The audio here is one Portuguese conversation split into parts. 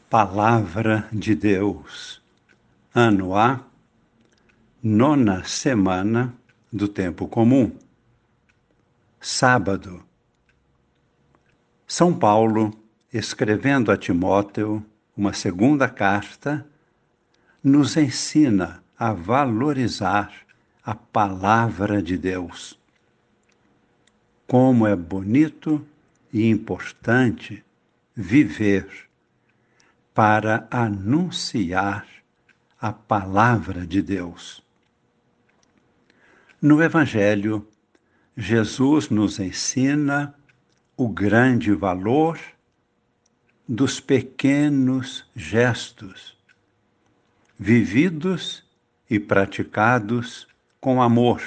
Palavra de Deus, ano A, 9ª semana do tempo comum. Sábado. São Paulo, escrevendo a Timóteo uma segunda carta, nos ensina a valorizar a palavra de Deus. Como é bonito e importante viver para anunciar a palavra de Deus. No Evangelho, Jesus nos ensina o grande valor dos pequenos gestos, vividos e praticados com amor.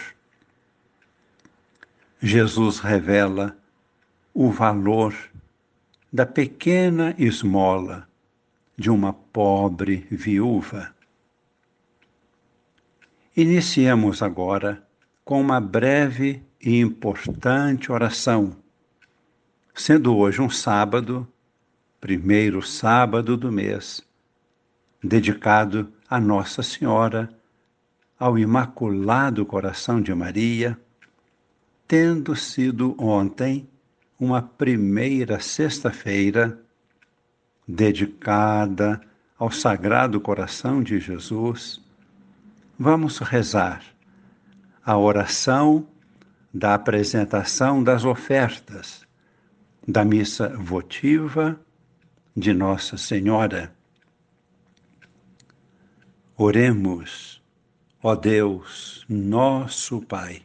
Jesus revela o valor da pequena esmola de uma pobre viúva. Iniciemos agora com uma breve e importante oração, sendo hoje um sábado, primeiro sábado do mês, dedicado a Nossa Senhora, ao Imaculado Coração de Maria, tendo sido ontem uma primeira sexta-feira dedicada ao Sagrado Coração de Jesus. Vamos rezar a oração da apresentação das ofertas da missa votiva de Nossa Senhora. Oremos, ó Deus, nosso Pai.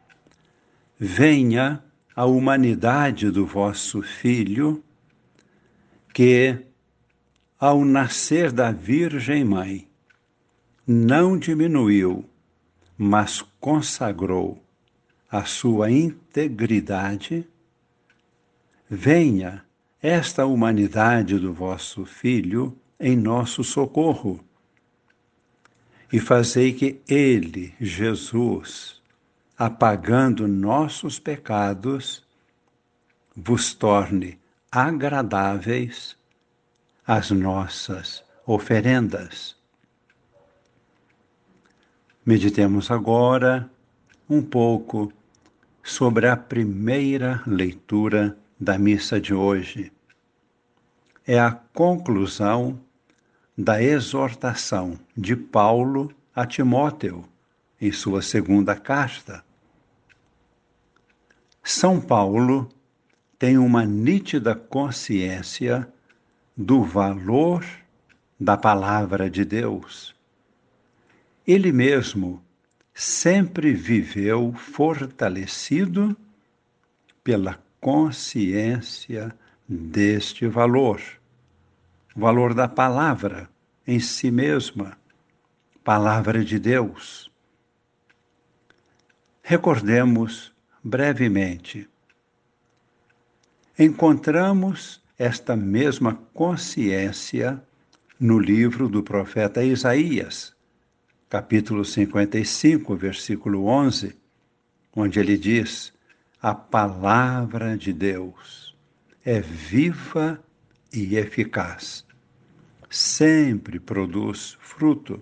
Venha a humanidade do vosso Filho, que, ao nascer da Virgem Mãe, não diminuiu, mas consagrou a sua integridade. Venha esta humanidade do vosso Filho em nosso socorro e fazei que ele, Jesus, apagando nossos pecados, vos torne agradáveis as nossas oferendas. Meditemos agora um pouco sobre a primeira leitura da missa de hoje. É a conclusão da exortação de Paulo a Timóteo, em sua segunda carta. São Paulo tem uma nítida consciência do valor da palavra de Deus. Ele mesmo sempre viveu fortalecido pela consciência deste valor, o valor da palavra em si mesma, palavra de Deus. Recordemos brevemente. Encontramos esta mesma consciência no livro do profeta Isaías, capítulo 55, versículo 11, onde ele diz: a palavra de Deus é viva e eficaz, sempre produz fruto.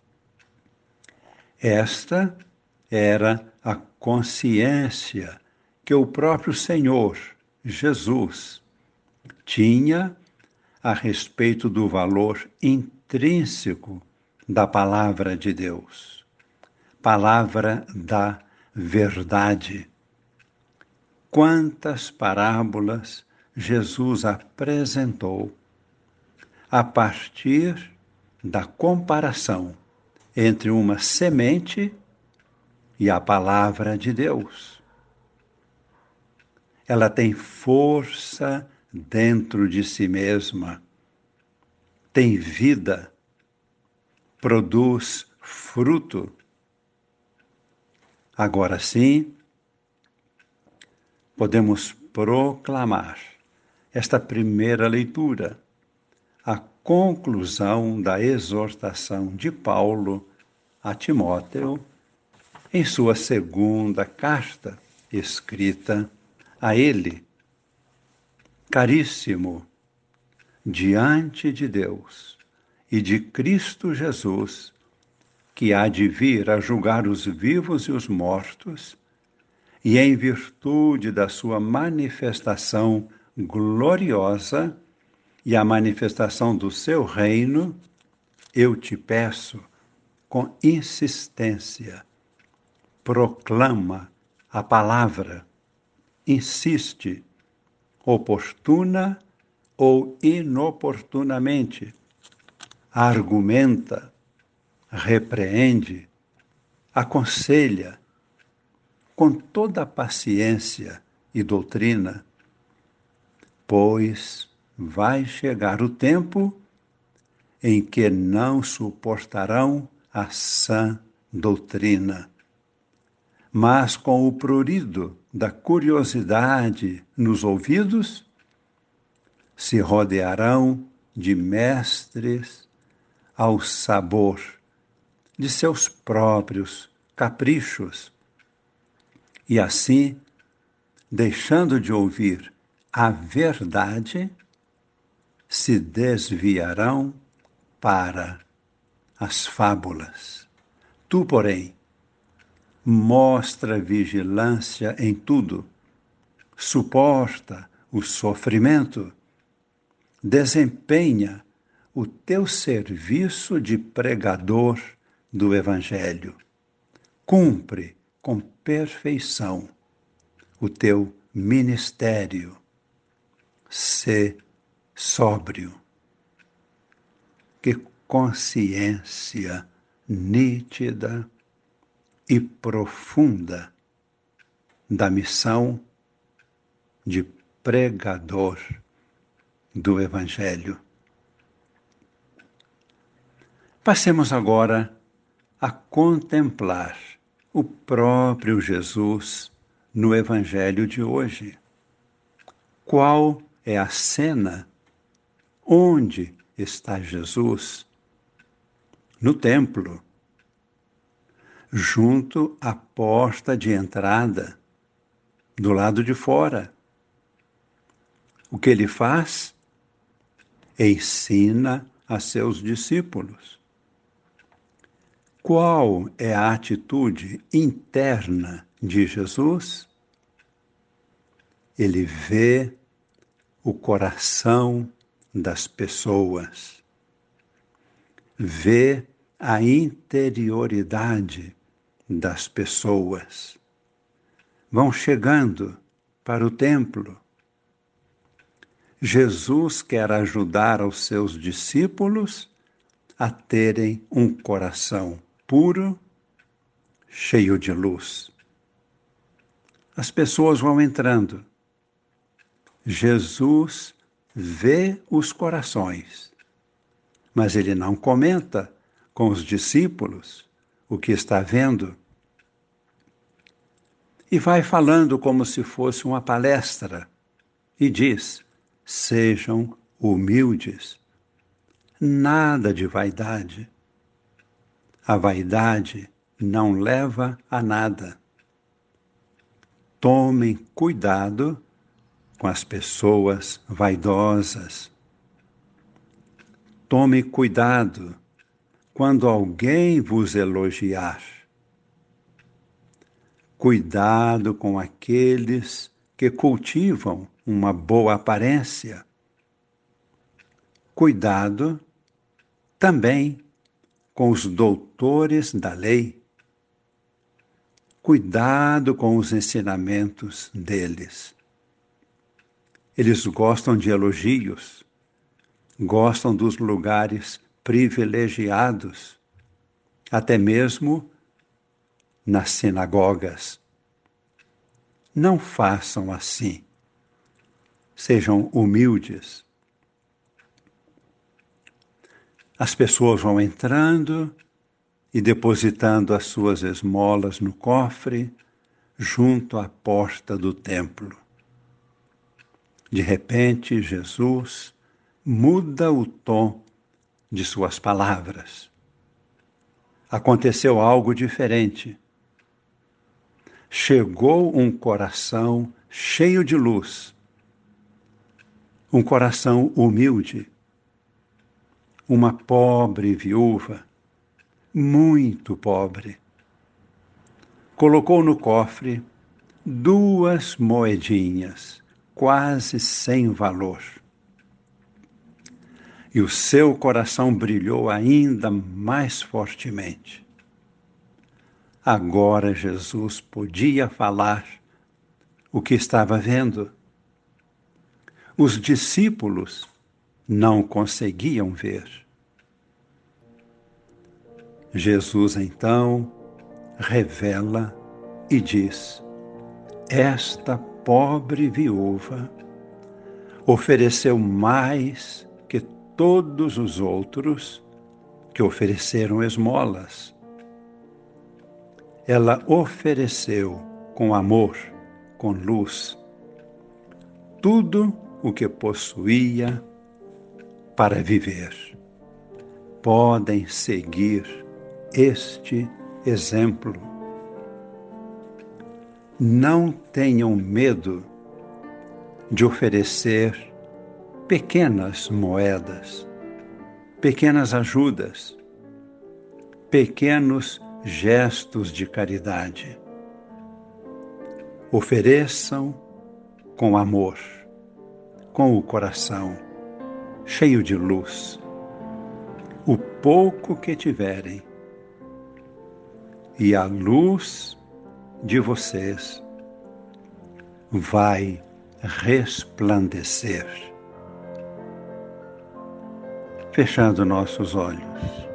Esta era a consciência que o próprio Senhor, Jesus, tinha a respeito do valor intrínseco da palavra de Deus, palavra da verdade. Quantas parábolas Jesus apresentou a partir da comparação entre uma semente e a palavra de Deus. Ela tem força dentro de si mesma, tem vida, produz fruto. Agora sim, podemos proclamar esta primeira leitura, a conclusão da exortação de Paulo a Timóteo em sua segunda carta escrita a ele. Caríssimo, diante de Deus e de Cristo Jesus, que há de vir a julgar os vivos e os mortos, e em virtude da sua manifestação gloriosa e a manifestação do seu reino, eu te peço, com insistência, proclama a palavra, insiste, oportuna ou inoportunamente, argumenta, repreende, aconselha, com toda a paciência e doutrina, pois vai chegar o tempo em que não suportarão a sã doutrina, mas com o prurido da curiosidade nos ouvidos, se rodearão de mestres ao sabor de seus próprios caprichos, e assim, deixando de ouvir a verdade, se desviarão para as fábulas. Tu, porém, mostra vigilância em tudo, suporta o sofrimento, desempenha o teu serviço de pregador do Evangelho, cumpre com perfeição o teu ministério, sê sóbrio. Que consciência nítida e profunda da missão de pregador do Evangelho. Passemos agora a contemplar o próprio Jesus no Evangelho de hoje. Qual é a cena? Onde está Jesus? No templo, junto à porta de entrada, do lado de fora. O que ele faz? Ensina a seus discípulos. Qual é a atitude interna de Jesus? Ele vê o coração das pessoas, vê a interioridade das pessoas. Vão chegando para o templo. Jesus quer ajudar aos seus discípulos a terem um coração puro, cheio de luz. As pessoas vão entrando. Jesus vê os corações, mas ele não comenta com os discípulos o que está vendo. E vai falando como se fosse uma palestra e diz: sejam humildes, nada de vaidade. A vaidade não leva a nada. Tomem cuidado com as pessoas vaidosas. Tome cuidado quando alguém vos elogiar. Cuidado com aqueles que cultivam uma boa aparência. Cuidado também com os doutores da lei. Cuidado com os ensinamentos deles. Eles gostam de elogios, gostam dos lugares privilegiados, até mesmo nas sinagogas. Não façam assim. Sejam humildes. As pessoas vão entrando e depositando as suas esmolas no cofre junto à porta do templo. De repente, Jesus muda o tom de suas palavras. Aconteceu algo diferente. Chegou um coração cheio de luz, um coração humilde, uma pobre viúva, muito pobre, colocou no cofre 2 moedinhas, quase sem valor. E o seu coração brilhou ainda mais fortemente. Agora Jesus podia falar o que estava vendo. Os discípulos não conseguiam ver. Jesus então revela e diz: esta pobre viúva ofereceu mais que todos os outros que ofereceram esmolas. Ela ofereceu com amor, com luz, tudo o que possuía para viver. Podem seguir este exemplo. Não tenham medo de oferecer pequenas moedas, pequenas ajudas, pequenos gestos de caridade. Ofereçam com amor, com o coração cheio de luz, o pouco que tiverem, e a luz de vocês vai resplandecer. Fechando nossos olhos,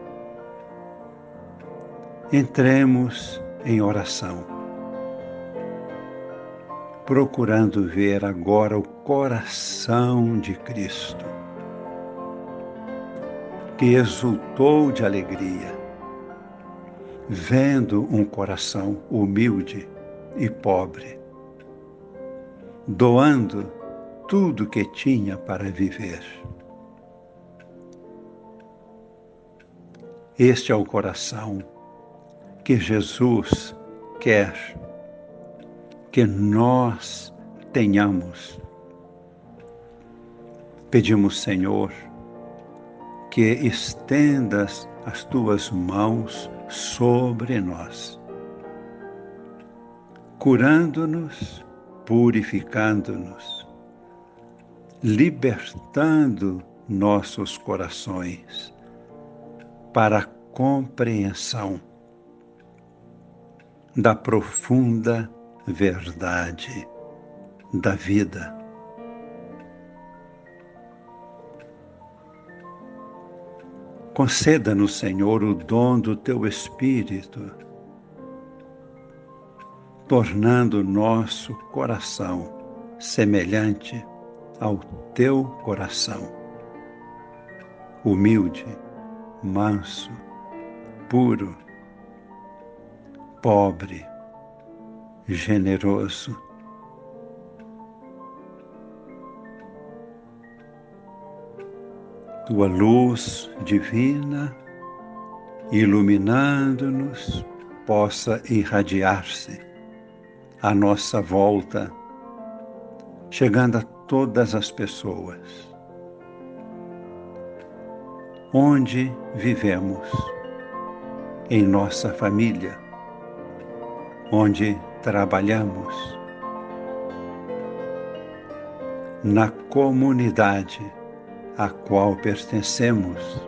entremos em oração, procurando ver agora o coração de Cristo, que exultou de alegria, vendo um coração humilde e pobre, doando tudo que tinha para viver. Este é o coração que Jesus quer que nós tenhamos. Pedimos, Senhor, que estendas as tuas mãos sobre nós, curando-nos, purificando-nos, libertando nossos corações para a compreensão da profunda verdade da vida. Conceda-nos, Senhor, o dom do Teu Espírito, tornando nosso coração semelhante ao Teu coração, humilde, manso, puro, pobre, generoso. Tua luz divina, iluminando-nos, possa irradiar-se à nossa volta, chegando a todas as pessoas. Onde vivemos, em nossa família, onde trabalhamos, na comunidade a qual pertencemos,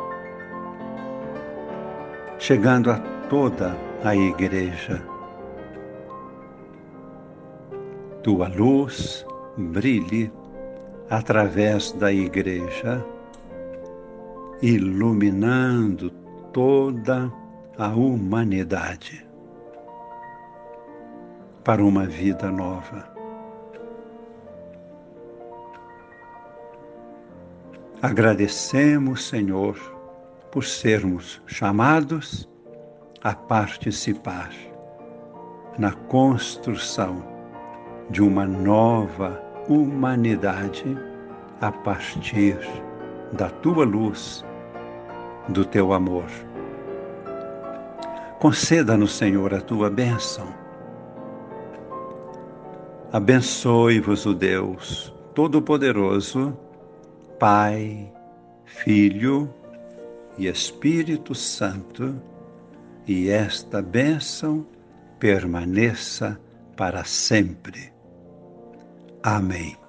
chegando a toda a igreja. Tua luz brilhe através da igreja, iluminando toda a humanidade para uma vida nova. Agradecemos, Senhor, por sermos chamados a participar na construção de uma nova humanidade a partir da Tua luz, do Teu amor. Conceda-nos, Senhor, a Tua bênção. Abençoe-vos o Deus Todo-Poderoso, Pai, Filho e Espírito Santo, e esta bênção permaneça para sempre. Amém.